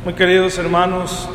Muy queridos hermanos,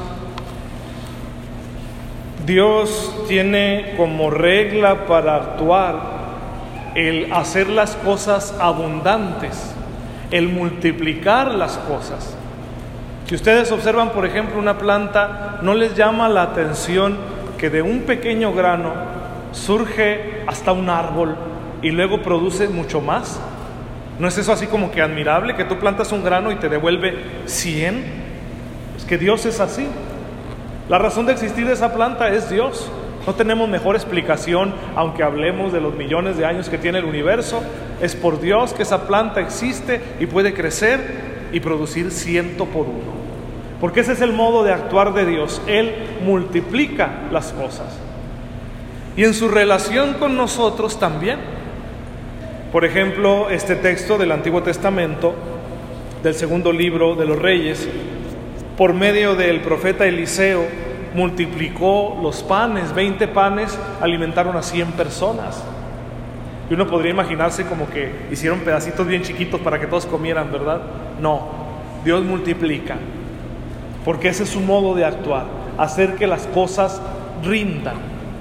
Dios tiene como regla para actuar el hacer las cosas abundantes, el multiplicar las cosas. Si ustedes observan, por ejemplo, una planta, ¿no les llama la atención que de un pequeño grano surge hasta un árbol y luego produce mucho más? ¿No es eso así como que admirable, que tú plantas un grano y te devuelve 100? Es que Dios es así. La razón de existir de esa planta es Dios. No tenemos mejor explicación, aunque hablemos de los millones de años que tiene el universo. Es por Dios que esa planta existe y puede crecer y producir 100 por uno. Porque ese es el modo de actuar de Dios. Él multiplica las cosas. Y en su relación con nosotros también. Por ejemplo, este texto del Antiguo Testamento, del segundo libro de los Reyes, por medio del profeta Eliseo, multiplicó los panes. 20 panes alimentaron a 100 personas. Y uno podría imaginarse como que hicieron pedacitos bien chiquitos para que todos comieran, ¿verdad? No, Dios multiplica, porque ese es su modo de actuar, hacer que las cosas rindan.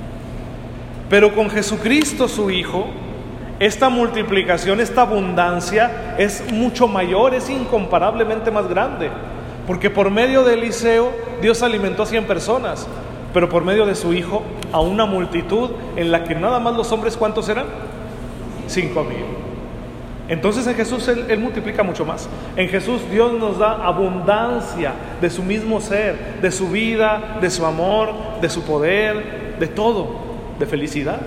Pero con Jesucristo, su Hijo, esta multiplicación, esta abundancia es mucho mayor, es incomparablemente más grande. Porque por medio de Eliseo, Dios alimentó a 100 personas, pero por medio de su Hijo, a una multitud en la que nada más los hombres, ¿cuántos eran? 5,000. Entonces en Jesús Él multiplica mucho más. En Jesús Dios nos da abundancia de su mismo ser, de su vida, de su amor, de su poder, de todo, de felicidad.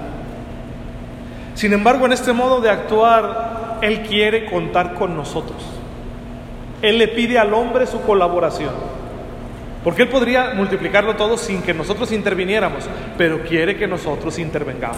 Sin embargo, en este modo de actuar, Él quiere contar con nosotros. Él le pide al hombre su colaboración, porque Él podría multiplicarlo todo sin que nosotros interviniéramos, pero quiere que nosotros intervengamos.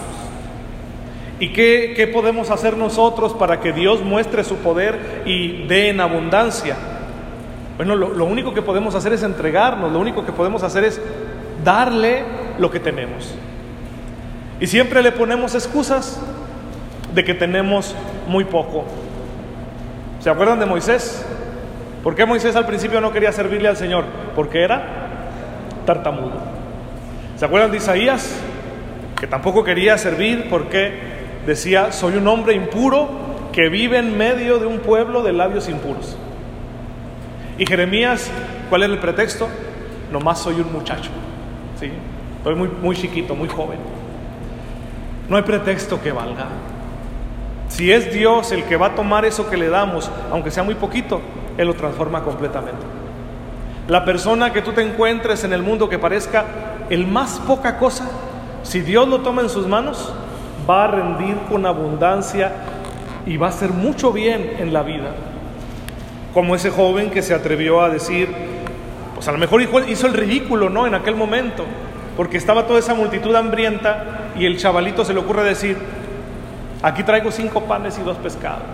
¿Y qué podemos hacer nosotros para que Dios muestre su poder y dé en abundancia? Bueno, lo único que podemos hacer es entregarnos, lo único que podemos hacer es darle lo que tenemos. Y siempre le ponemos excusas de que tenemos muy poco. ¿Se acuerdan de Moisés? ¿Por qué Moisés al principio no quería servirle al Señor? Porque era tartamudo. ¿Se acuerdan de Isaías? Que tampoco quería servir porque decía: soy un hombre impuro que vive en medio de un pueblo de labios impuros. Y Jeremías, ¿cuál era el pretexto? Nomás soy un muchacho, ¿sí? Soy muy chiquito, muy joven. No hay pretexto que valga. Si es Dios el que va a tomar eso que le damos, aunque sea muy poquito, Él lo transforma completamente. La persona que tú te encuentres en el mundo que parezca el más poca cosa, si Dios lo toma en sus manos, va a rendir con abundancia y va a hacer mucho bien en la vida. Como ese joven que se atrevió a decir, pues a lo mejor hizo el ridículo, ¿no? En aquel momento, porque estaba toda esa multitud hambrienta y el chavalito se le ocurre decir: aquí traigo 5 panes y 2 pescados.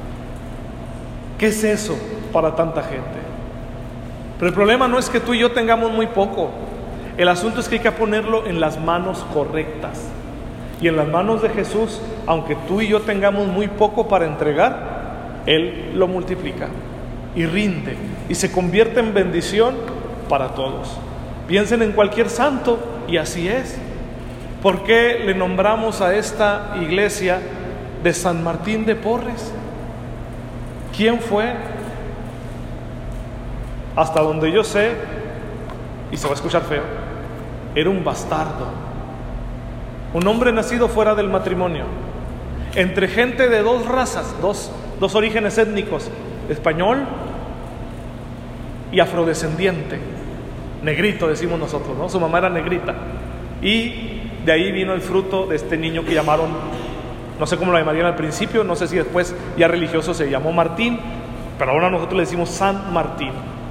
¿Qué es eso para tanta gente? Pero el problema no es que tú y yo tengamos muy poco. El asunto es que hay que ponerlo en las manos correctas. Y en las manos de Jesús, aunque tú y yo tengamos muy poco para entregar, Él lo multiplica y rinde y se convierte en bendición para todos. Piensen en cualquier santo y así es. ¿Por qué le nombramos a esta iglesia de San Martín de Porres? ¿Quién fue? Hasta donde yo sé, y se va a escuchar feo, era un bastardo, un hombre nacido fuera del matrimonio, entre gente de 2 razas, dos orígenes étnicos, español y afrodescendiente, negrito decimos nosotros, ¿no? Su mamá era negrita, y de ahí vino el fruto de este niño que llamaron, no sé cómo lo llamarían al principio, no sé si después ya religioso se llamó Martín, pero ahora nosotros le decimos San Martín.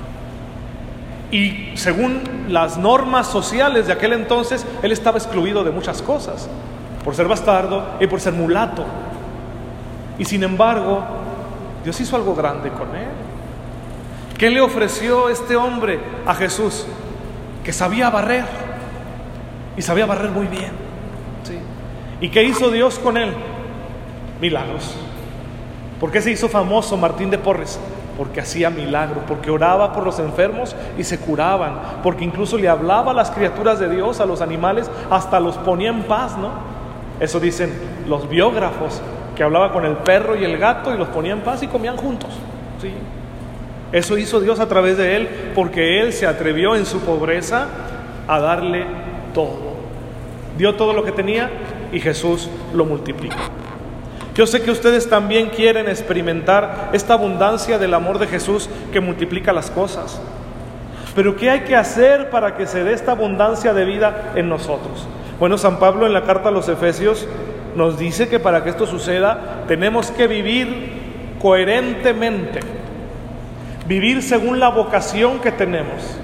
Y según las normas sociales de aquel entonces, él estaba excluido de muchas cosas, por ser bastardo y por ser mulato. Y sin embargo, Dios hizo algo grande con él. ¿Qué le ofreció este hombre a Jesús? Que sabía barrer, y sabía barrer muy bien, ¿sí? ¿Y qué hizo Dios con él? Milagros. ¿Por qué se hizo famoso Martín de Porres? porque hacía milagros, porque oraba por los enfermos y se curaban, porque incluso le hablaba a las criaturas de Dios, a los animales, hasta los ponía en paz, ¿no? Eso dicen los biógrafos, que hablaba con el perro y el gato y los ponía en paz y comían juntos, ¿sí? Eso hizo Dios a través de él, porque él se atrevió en su pobreza a darle todo. Dio todo lo que tenía y Jesús lo multiplicó. Yo sé que ustedes también quieren experimentar esta abundancia del amor de Jesús que multiplica las cosas. Pero ¿qué hay que hacer para que se dé esta abundancia de vida en nosotros? Bueno, San Pablo en la carta a los Efesios nos dice que para que esto suceda tenemos que vivir coherentemente, vivir según la vocación que tenemos.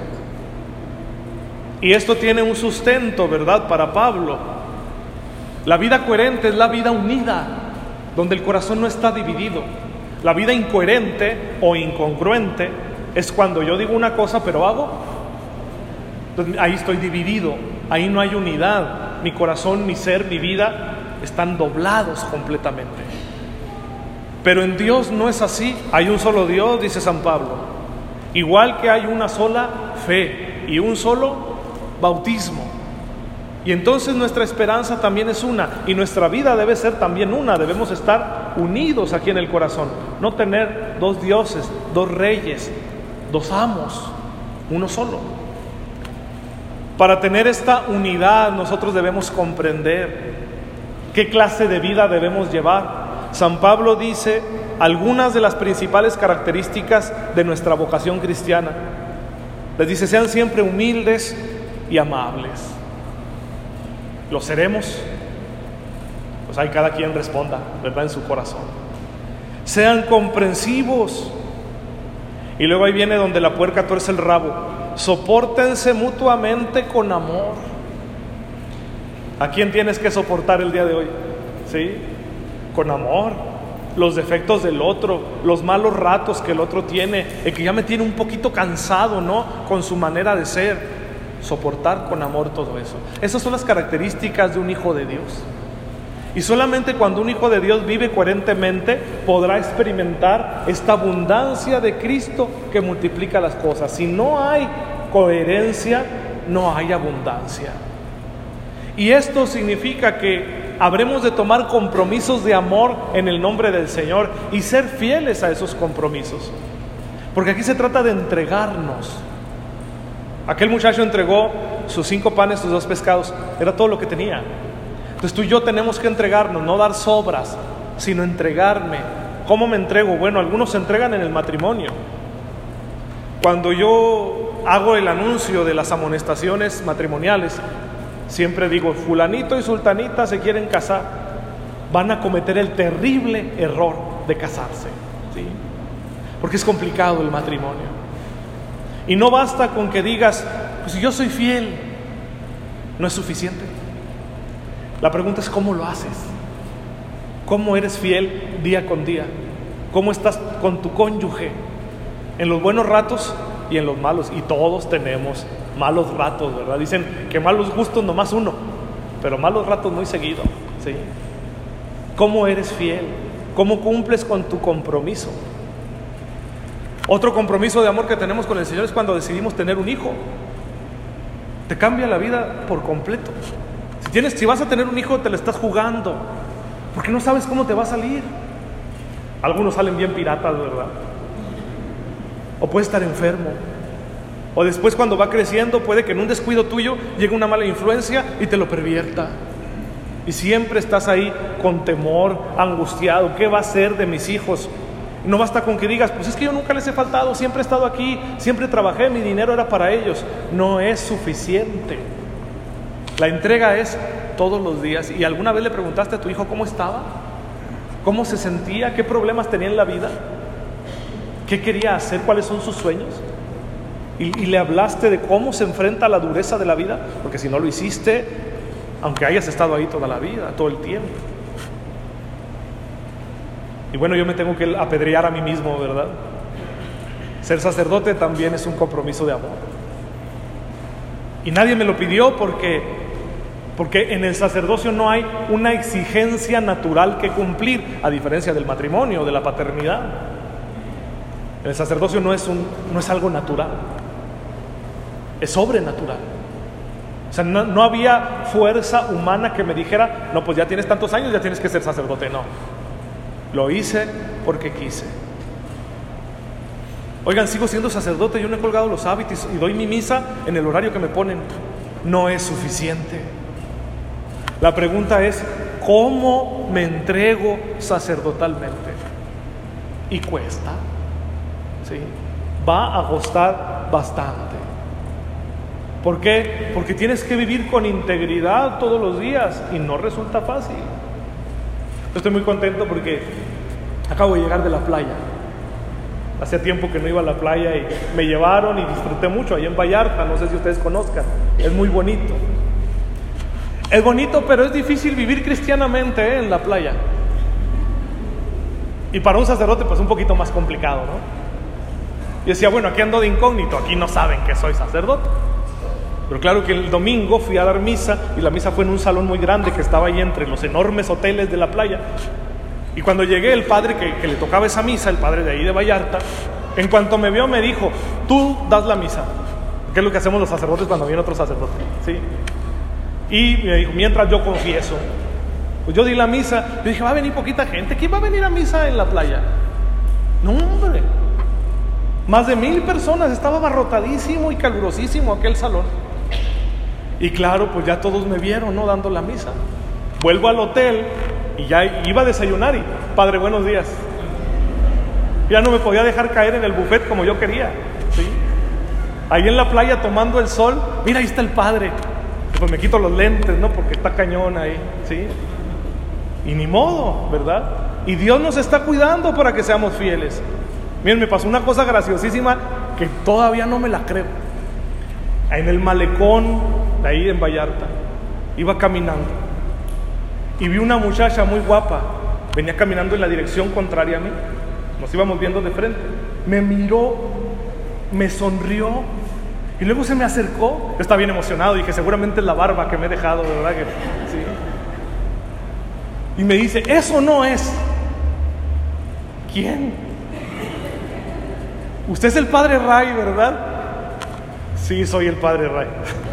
Y esto tiene un sustento, ¿verdad?, para Pablo. La vida coherente es la vida unida, donde el corazón no está dividido. La vida incoherente o incongruente es cuando yo digo una cosa pero hago. Entonces, ahí estoy dividido, ahí no hay unidad. Mi corazón, mi ser, mi vida están doblados completamente. Pero en Dios no es así. Hay un solo Dios, dice San Pablo. Igual que hay una sola fe y un solo bautismo. Y entonces nuestra esperanza también es una, y nuestra vida debe ser también una. Debemos estar unidos aquí en el corazón, no tener dos dioses, dos reyes, dos amos, uno solo. Para tener esta unidad nosotros debemos comprender qué clase de vida debemos llevar. San Pablo dice algunas de las principales características de nuestra vocación cristiana. Les dice: sean siempre humildes y amables. ¿Lo seremos? Pues ahí cada quien responda, ¿verdad?, en su corazón. Sean comprensivos. Y luego ahí viene donde la puerca tuerce el rabo. Sopórtense mutuamente con amor. ¿A quién tienes que soportar el día de hoy? ¿Sí? Con amor. Los defectos del otro, los malos ratos que el otro tiene, el que ya me tiene un poquito cansado, ¿no?, con su manera de ser. Soportar con amor todo eso. Esas son las características de un hijo de Dios. Y solamente cuando un hijo de Dios vive coherentemente podrá experimentar esta abundancia de Cristo que multiplica las cosas. Si no hay coherencia, no hay abundancia. Y esto significa que habremos de tomar compromisos de amor en el nombre del Señor y ser fieles a esos compromisos. Porque aquí se trata de entregarnos. Aquel muchacho entregó sus 5 panes, sus 2 pescados, era todo lo que tenía. Entonces tú y yo tenemos que entregarnos, no dar sobras, sino entregarme. ¿Cómo me entrego? Bueno, algunos se entregan en el matrimonio. Cuando yo hago el anuncio de las amonestaciones matrimoniales, siempre digo: fulanito y sultanita se quieren casar, van a cometer el terrible error de casarse, ¿sí? Porque es complicado el matrimonio. Y no basta con que digas: pues yo soy fiel. No es suficiente. La pregunta es: ¿cómo lo haces? ¿Cómo eres fiel día con día? ¿Cómo estás con tu cónyuge? En los buenos ratos y en los malos. Y todos tenemos malos ratos, ¿verdad? Dicen que malos gustos nomás uno, pero malos ratos muy seguido, ¿sí? ¿Cómo eres fiel? ¿Cómo cumples con tu compromiso? Otro compromiso de amor que tenemos con el Señor es cuando decidimos tener un hijo. Te cambia la vida por completo. Si vas a tener un hijo, te lo estás jugando, porque no sabes cómo te va a salir. Algunos salen bien piratas, ¿verdad? O puede estar enfermo. O después, cuando va creciendo, puede que en un descuido tuyo llegue una mala influencia y te lo pervierta. Y siempre estás ahí con temor, angustiado. ¿Qué va a ser de mis hijos? No basta con que digas: pues es que yo nunca les he faltado, siempre he estado aquí, siempre trabajé, mi dinero era para ellos. No es suficiente. La entrega es todos los días. ¿Y alguna vez le preguntaste a tu hijo cómo estaba? ¿Cómo se sentía? ¿Qué problemas tenía en la vida? ¿Qué quería hacer? ¿Cuáles son sus sueños? ¿Y le hablaste de cómo se enfrenta a la dureza de la vida? Porque si no lo hiciste, aunque hayas estado ahí toda la vida, todo el tiempo. Y bueno, yo me tengo que apedrear a mí mismo, ¿verdad? Ser sacerdote también es un compromiso de amor. Y nadie me lo pidió porque en el sacerdocio no hay una exigencia natural que cumplir, a diferencia del matrimonio, de la paternidad. El sacerdocio no es algo natural, es sobrenatural. O sea, no había fuerza humana que me dijera, no, pues ya tienes tantos años, ya tienes que ser sacerdote. No, lo hice porque quise. Oigan, sigo siendo sacerdote, yo no he colgado los hábitos y doy mi misa en el horario que me ponen. No es suficiente. La pregunta es, ¿cómo me entrego sacerdotalmente? Y cuesta, ¿sí? Va a costar bastante. ¿Por qué? Porque tienes que vivir con integridad todos los días y no resulta fácil. Yo estoy muy contento porque acabo de llegar de la playa. Hacía tiempo que no iba a la playa y me llevaron y disfruté mucho ahí en Vallarta. No sé si ustedes conozcan, es muy bonito. Es bonito, pero es difícil vivir cristianamente en la playa. Y para un sacerdote pues un poquito más complicado, ¿no? Y decía, bueno, aquí ando de incógnito, aquí no saben que soy sacerdote. Pero claro que el domingo fui a dar misa y la misa fue en un salón muy grande que estaba ahí entre los enormes hoteles de la playa. Y cuando llegué, el padre que le tocaba esa misa, el padre de ahí de Vallarta, en cuanto me vio me dijo, tú das la misa, que es lo que hacemos los sacerdotes cuando viene otro sacerdote, ¿sí? Y me dijo, mientras yo confieso. Pues yo di la misa, yo dije, va a venir poquita gente, ¿quién va a venir a misa en la playa? No, hombre, más de 1,000 personas, estaba abarrotadísimo y calurosísimo aquel salón. Y claro, pues ya todos me vieron, ¿no? Dando la misa. Vuelvo al hotel y ya iba a desayunar y, padre, buenos días. Ya no me podía dejar caer en el buffet como yo quería, ¿sí? Ahí en la playa tomando el sol, mira, ahí está el padre. Pues me quito los lentes, ¿no? Porque está cañón ahí, ¿sí? Y ni modo, ¿verdad? Y Dios nos está cuidando para que seamos fieles. Miren, me pasó una cosa graciosísima que todavía no me la creo. En el malecón de ahí en Vallarta, iba caminando y vi una muchacha muy guapa, venía caminando en la dirección contraria a mí, nos íbamos viendo de frente, me miró, me sonrió y luego se me acercó. Yo estaba bien emocionado, dije, seguramente es la barba que me he dejado, ¿verdad? Sí. Y me dice, eso no es. ¿Quién? Usted es el padre Ray, ¿verdad? Sí, soy el padre Ray.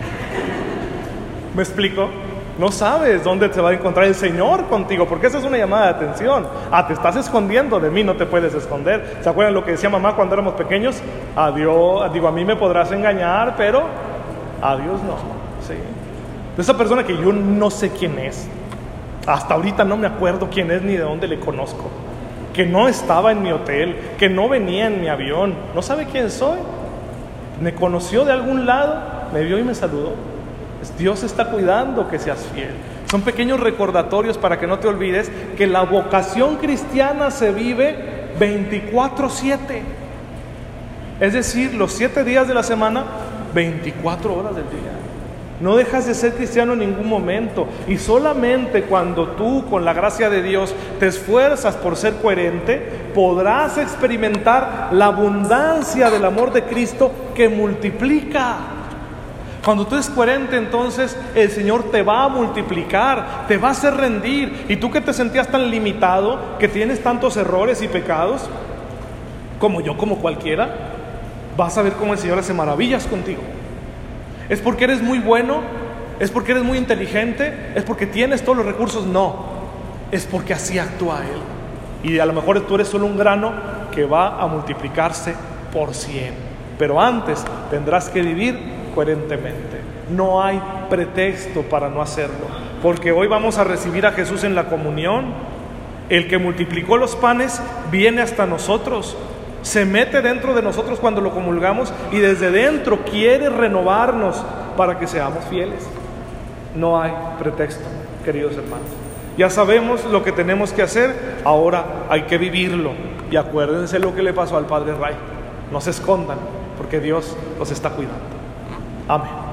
¿Me explico? No sabes dónde te va a encontrar el Señor contigo, porque esa es una llamada de atención. Te estás escondiendo de mí, no te puedes esconder. ¿Se acuerdan lo que decía mamá cuando éramos pequeños? A Dios, digo, a mí me podrás engañar, pero a Dios no. Sí. De esa persona que yo no sé quién es, hasta ahorita no me acuerdo quién es ni de dónde le conozco, que no estaba en mi hotel, que no venía en mi avión, no sabe quién soy, me conoció de algún lado, me vio y me saludó. Dios está cuidando que seas fiel. Son pequeños recordatorios para que no te olvides que la vocación cristiana se vive 24/7. Es decir, los 7 días de la semana, 24 horas del día. No dejas de ser cristiano en ningún momento. Y solamente cuando tú, con la gracia de Dios, te esfuerzas por ser coherente, podrás experimentar la abundancia del amor de Cristo que multiplica. Cuando tú eres coherente, entonces el Señor te va a multiplicar, te va a hacer rendir. Y tú que te sentías tan limitado, que tienes tantos errores y pecados, como yo, como cualquiera, vas a ver cómo el Señor hace maravillas contigo. ¿Es porque eres muy bueno? ¿Es porque eres muy inteligente? ¿Es porque tienes todos los recursos? No, es porque así actúa Él. Y a lo mejor tú eres solo un grano que va a multiplicarse por 100. Pero antes tendrás que vivir coherentemente. No hay pretexto para no hacerlo, porque hoy vamos a recibir a Jesús en la comunión. El que multiplicó los panes viene hasta nosotros, se mete dentro de nosotros cuando lo comulgamos y desde dentro quiere renovarnos para que seamos fieles. No hay pretexto, queridos hermanos. Ya sabemos lo que tenemos que hacer, ahora hay que vivirlo. Y acuérdense lo que le pasó al padre Ray. No se escondan, porque Dios los está cuidando. Amén.